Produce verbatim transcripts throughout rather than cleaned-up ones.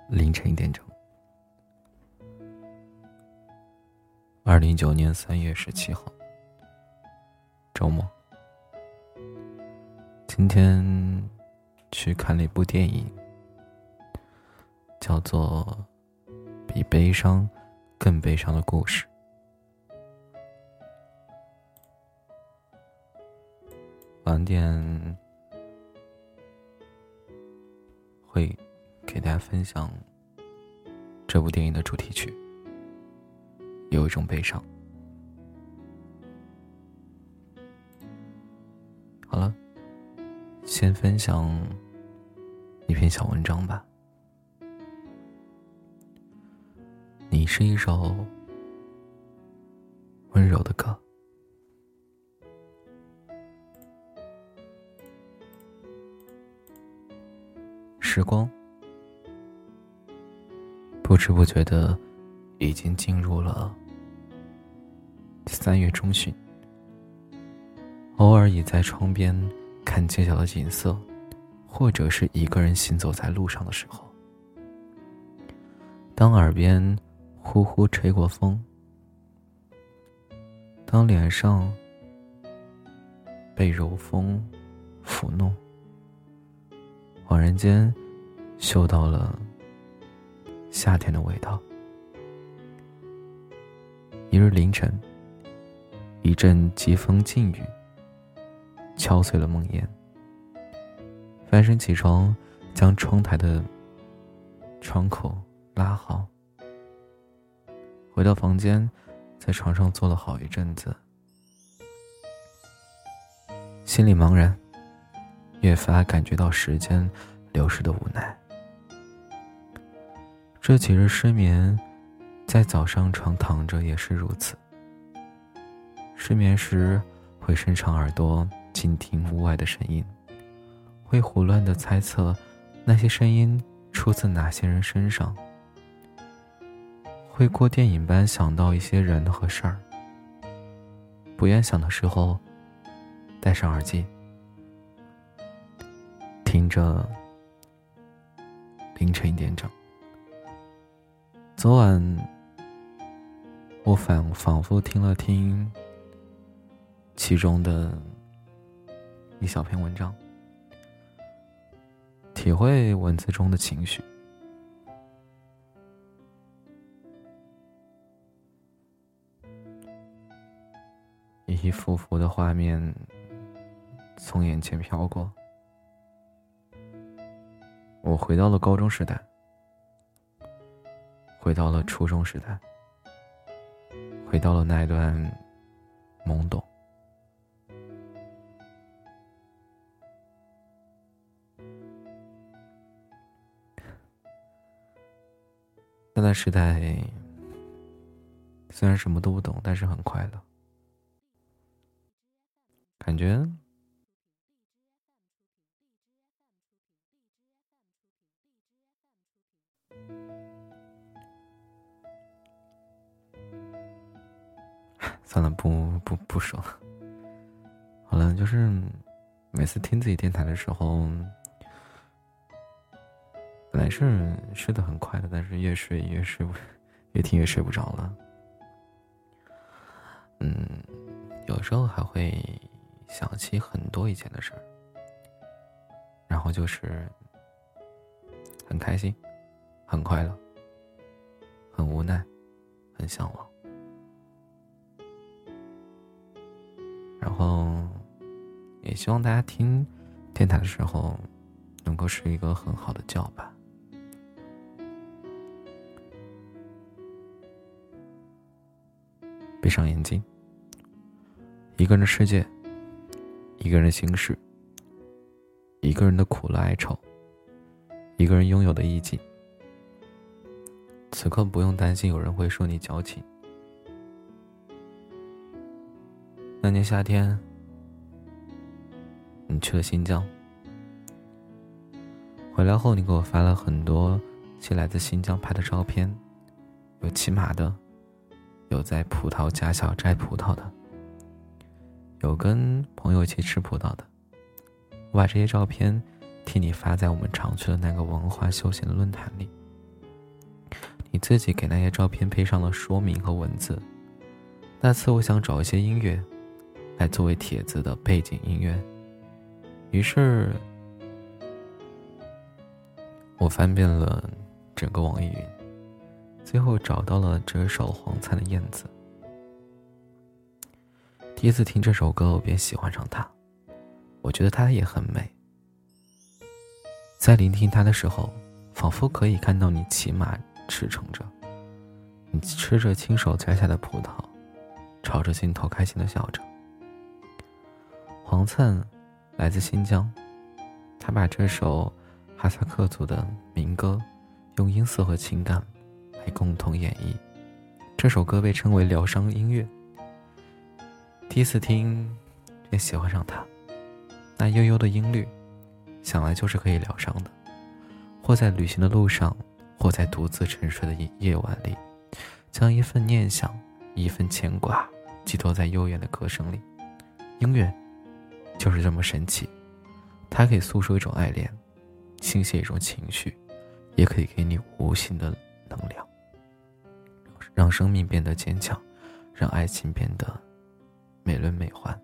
凌晨一点整。二零一九年三月十七号，周末。今天去看了一部电影，叫做《比悲伤更悲伤的故事》。晚点会给大家分享这部电影的主题曲，有一种悲伤。好了，先分享一篇小文章吧。你是一首温柔的歌。时光不知不觉的已经进入了三月中旬，偶尔倚在窗边看街角的景色，或者是一个人行走在路上的时候，当耳边呼呼吹过风，当脸上被柔风抚弄，恍然间嗅到了夏天的味道。一日凌晨，一阵疾风劲雨敲碎了梦魇，翻身起床，将窗台的窗口拉好，回到房间，在床上坐了好一阵子，心里茫然，越发感觉到时间流逝的无奈。这几日失眠，在早上床躺着也是如此。失眠时会伸长耳朵倾听屋外的声音，会胡乱地猜测那些声音出自哪些人身上，会过电影般想到一些人和事儿。不愿想的时候，戴上耳机，听着凌晨一点整。昨晚我反仿佛听了听其中的一小篇文章，体会文字中的情绪。一幅幅的画面从眼前飘过，我回到了高中时代，回到了初中时代，回到了那一段懵懂。那段时代虽然什么都不懂，但是很快乐，感觉算了，不不不说了。好了，就是每次听自己电台的时候，本来是睡得很快的，但是越睡越睡不，越听越睡不着了。嗯，有时候还会想起很多以前的事儿，然后就是很开心，很快乐，很无奈，很向往。然后也希望大家听电台的时候能够睡一个很好的觉吧。闭上眼睛，一个人的世界，一个人的心事，一个人的苦乐哀愁，一个人拥有的意境。此刻不用担心有人会说你矫情。那年夏天，你去了新疆，回来后你给我发了很多寄来自新疆拍的照片，有骑马的，有在葡萄架小摘葡萄的，有跟朋友一起吃葡萄的。我把这些照片替你发在我们常去的那个文化休闲的论坛里， 你自己给那些照片配上了说明和文字。那次我想找一些音乐来作为帖子的背景音乐，于是我翻遍了整个网易云，最后找到了这首黄灿的《燕子》。第一次听这首歌，我便喜欢上它，我觉得它也很美。在聆听它的时候，仿佛可以看到你骑马驰骋着，你吃着亲手摘下的葡萄，朝着镜头开心地笑着。黄灿来自新疆，他把这首哈萨克族的民歌用音色和情感来共同演绎。这首歌被称为疗伤音乐。第一次听便喜欢上它，那悠悠的音律想来就是可以疗伤的，或在旅行的路上，或在独自沉睡的夜晚里，将一份念想一份牵挂寄托在悠远的歌声里。音乐就是这么神奇，它可以诉说一种爱恋，倾泻一种情绪，也可以给你无形的能量，让生命变得坚强，让爱情变得美轮美奂。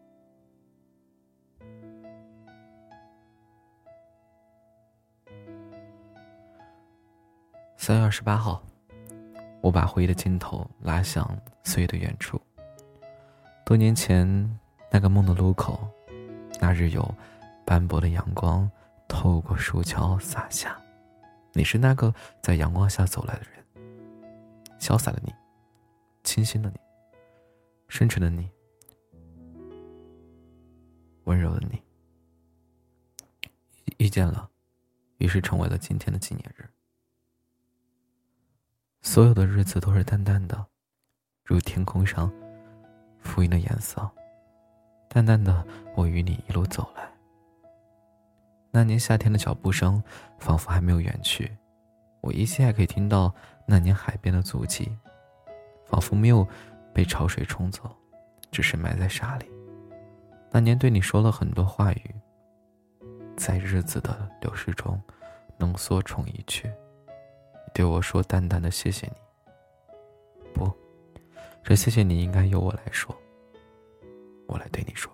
三月二十八号，我把回忆的镜头拉向岁月的远处。多年前那个梦的路口，那日有斑驳的阳光透过树桥洒下，你是那个在阳光下走来的人，潇洒的你，清新的你，深沉的你，温柔的你。遇见了，于是成为了今天的纪念日。所有的日子都是淡淡的，如天空上浮云的颜色，淡淡的我与你一路走来。那年夏天的脚步声仿佛还没有远去，我依稀还可以听到那年海边的足迹，仿佛没有被潮水冲走，只是埋在沙里。那年对你说了很多话语，在日子的流逝中浓缩成一句，你对我说淡淡的谢谢你。不，这谢谢你应该由我来说，我来对你说。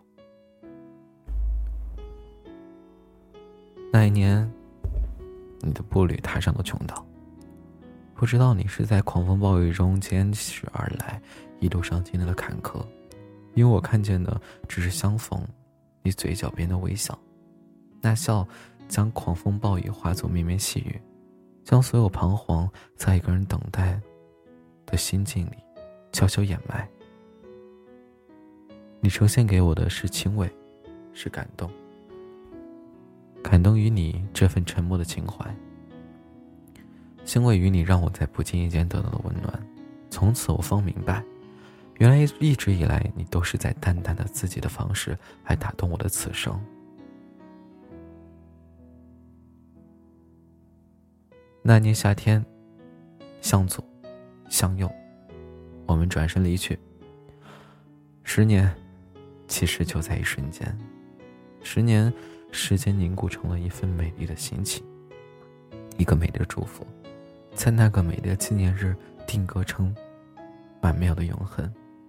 那一年，你的步履踏上了穷岛，不知道你是在狂风暴雨中坚持而来，一路上经历了坎坷，因为我看见的只是相逢你嘴角边的微笑，那笑将狂风暴雨化作绵绵细雨，将所有彷徨在一个人等待的心境里悄悄掩埋。你呈现给我的是欣慰，是感动，感动于你这份沉默的情怀，欣慰于你让我在不经意间得到了温暖。从此我方明白，原来一直以来你都是在淡淡的自己的方式来打动我的此生。那年夏天，向左向右，我们转身离去。十年其实就在一瞬间，十年时间凝固成了一份美丽的心情，一个美丽的祝福，在那个美丽的纪念日定格成曼妙的永恒。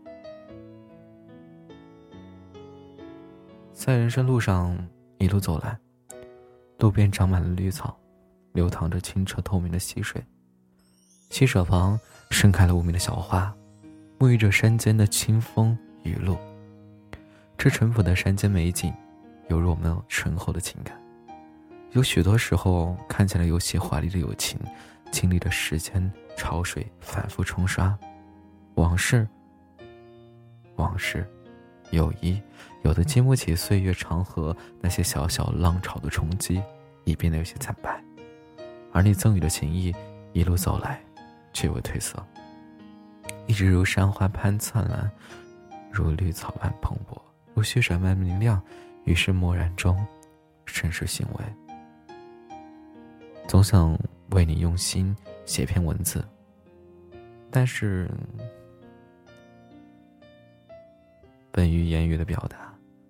在人生路上一路走来，路边长满了绿草，流淌着清澈透明的溪水，溪舍旁盛开了无名的小花，沐浴着山间的清风雨露。这淳朴的山间美景犹如我们醇厚的情感，有许多时候看起来有些华丽的友情，经历了时间潮水反复冲刷，往事往事友谊有的经不起岁月长河那些小小浪潮的冲击，已变得有些惨败，而你赠予的情谊一路走来却未褪色，一直如山花般灿烂，如绿草般蓬勃，如雪水般明亮。于是默然中甚是欣慰，总想为你用心写篇文字，但是本于言语的表达，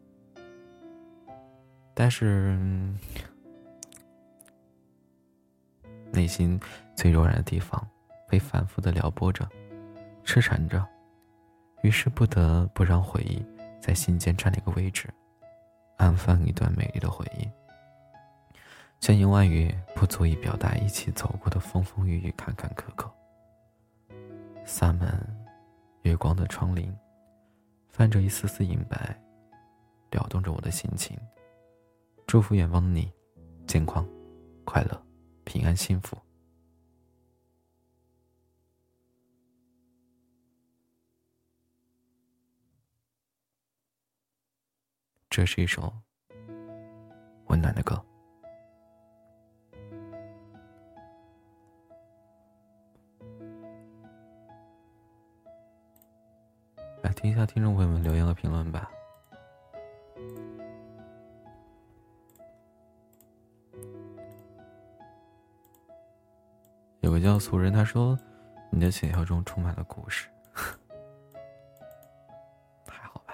但是内心最柔软的地方被反复的撩拨着，痴缠着，于是不得不让回忆在心间占了一个位置，安放一段美丽的回忆。千言万语不足以表达一起走过的风风雨雨、坎坎坷坷。洒满月光的窗棂，泛着一丝丝银白，撩动着我的心情。祝福远方的你，健康、快乐、平安、幸福。这是一首温暖的歌。来听一下听众朋友们留言和评论吧。有个叫俗人，他说你的写条中充满了故事。还好吧。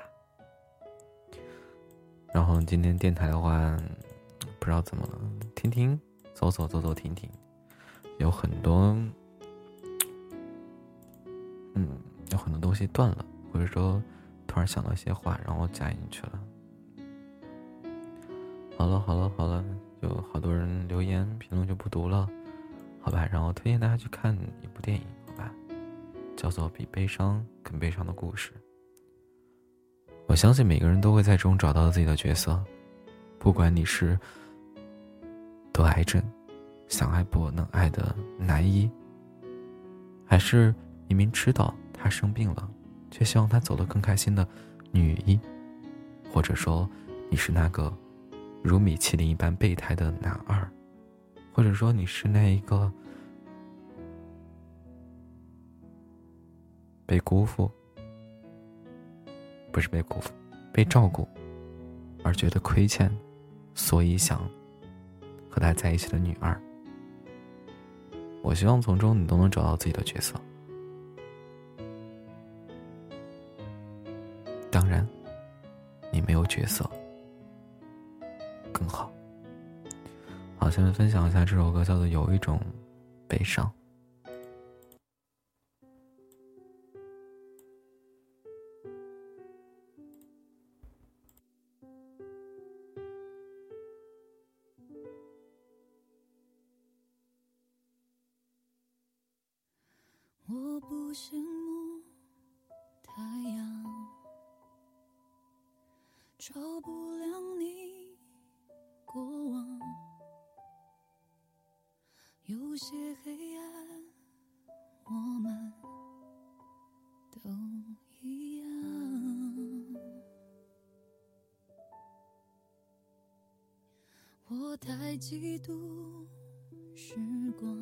然后今天电台的话不知道怎么了，听听走走走走停停，有很多嗯有很多东西断了，或者说突然想到一些话然后加进去了。好了好了好了，有好多人留言评论就不读了，好吧，然后推荐大家去看一部电影，好吧，叫做《比悲伤更悲伤的故事》。我相信每个人都会在中找到自己的角色，不管你是得癌症想爱不能爱的男一，还是你明知道他生病了却希望他走得更开心的女一，或者说你是那个如米其林一般备胎的男二，或者说你是那一个被辜负，不是被辜负，被照顾而觉得亏欠，所以想和他在一起的女二。我希望从中你都能找到自己的角色。当然你没有角色更好。好，下面分享一下这首歌，叫做《有一种悲伤》。 我不羡慕太阳，照不亮你过往，有些黑暗我们都一样。我太嫉妒时光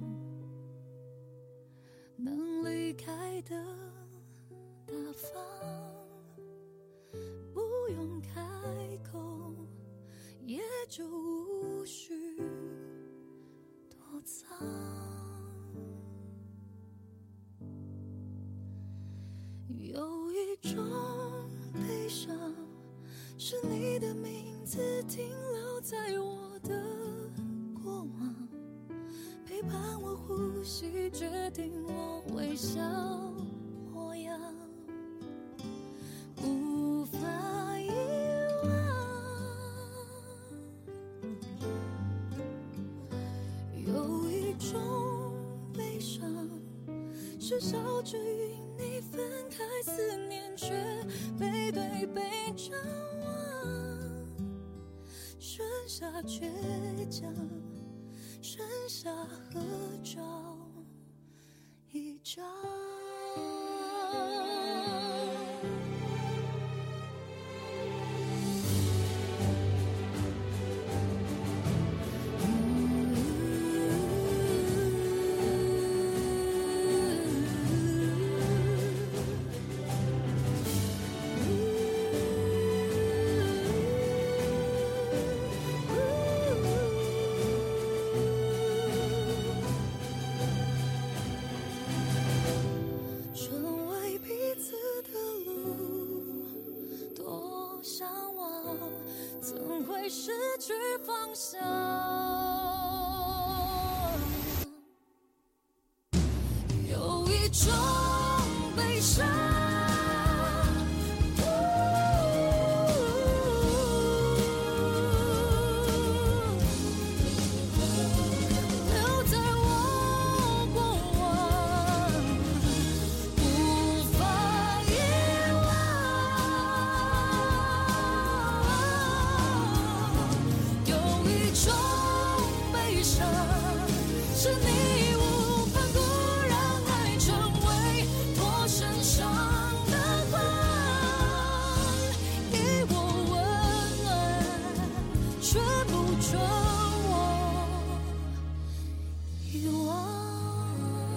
能离开的大方，不用开口也就无需躲藏。有一种悲伤，是你的名字停留在我的过往，陪伴我呼吸，决定我微笑模样，无法遗忘。有一种悲伤，是笑着与你分开，思念却背对背张望，剩下倔强，剩下合照一张。怎会失去方向？ 种悲伤。是你无反顾，让爱成为我身上的光，给我温暖，却不准我遗忘。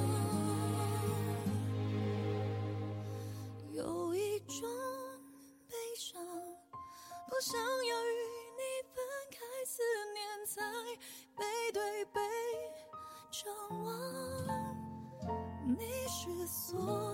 有一种悲伤，不想要与你分开，思念在背对背张望，你是所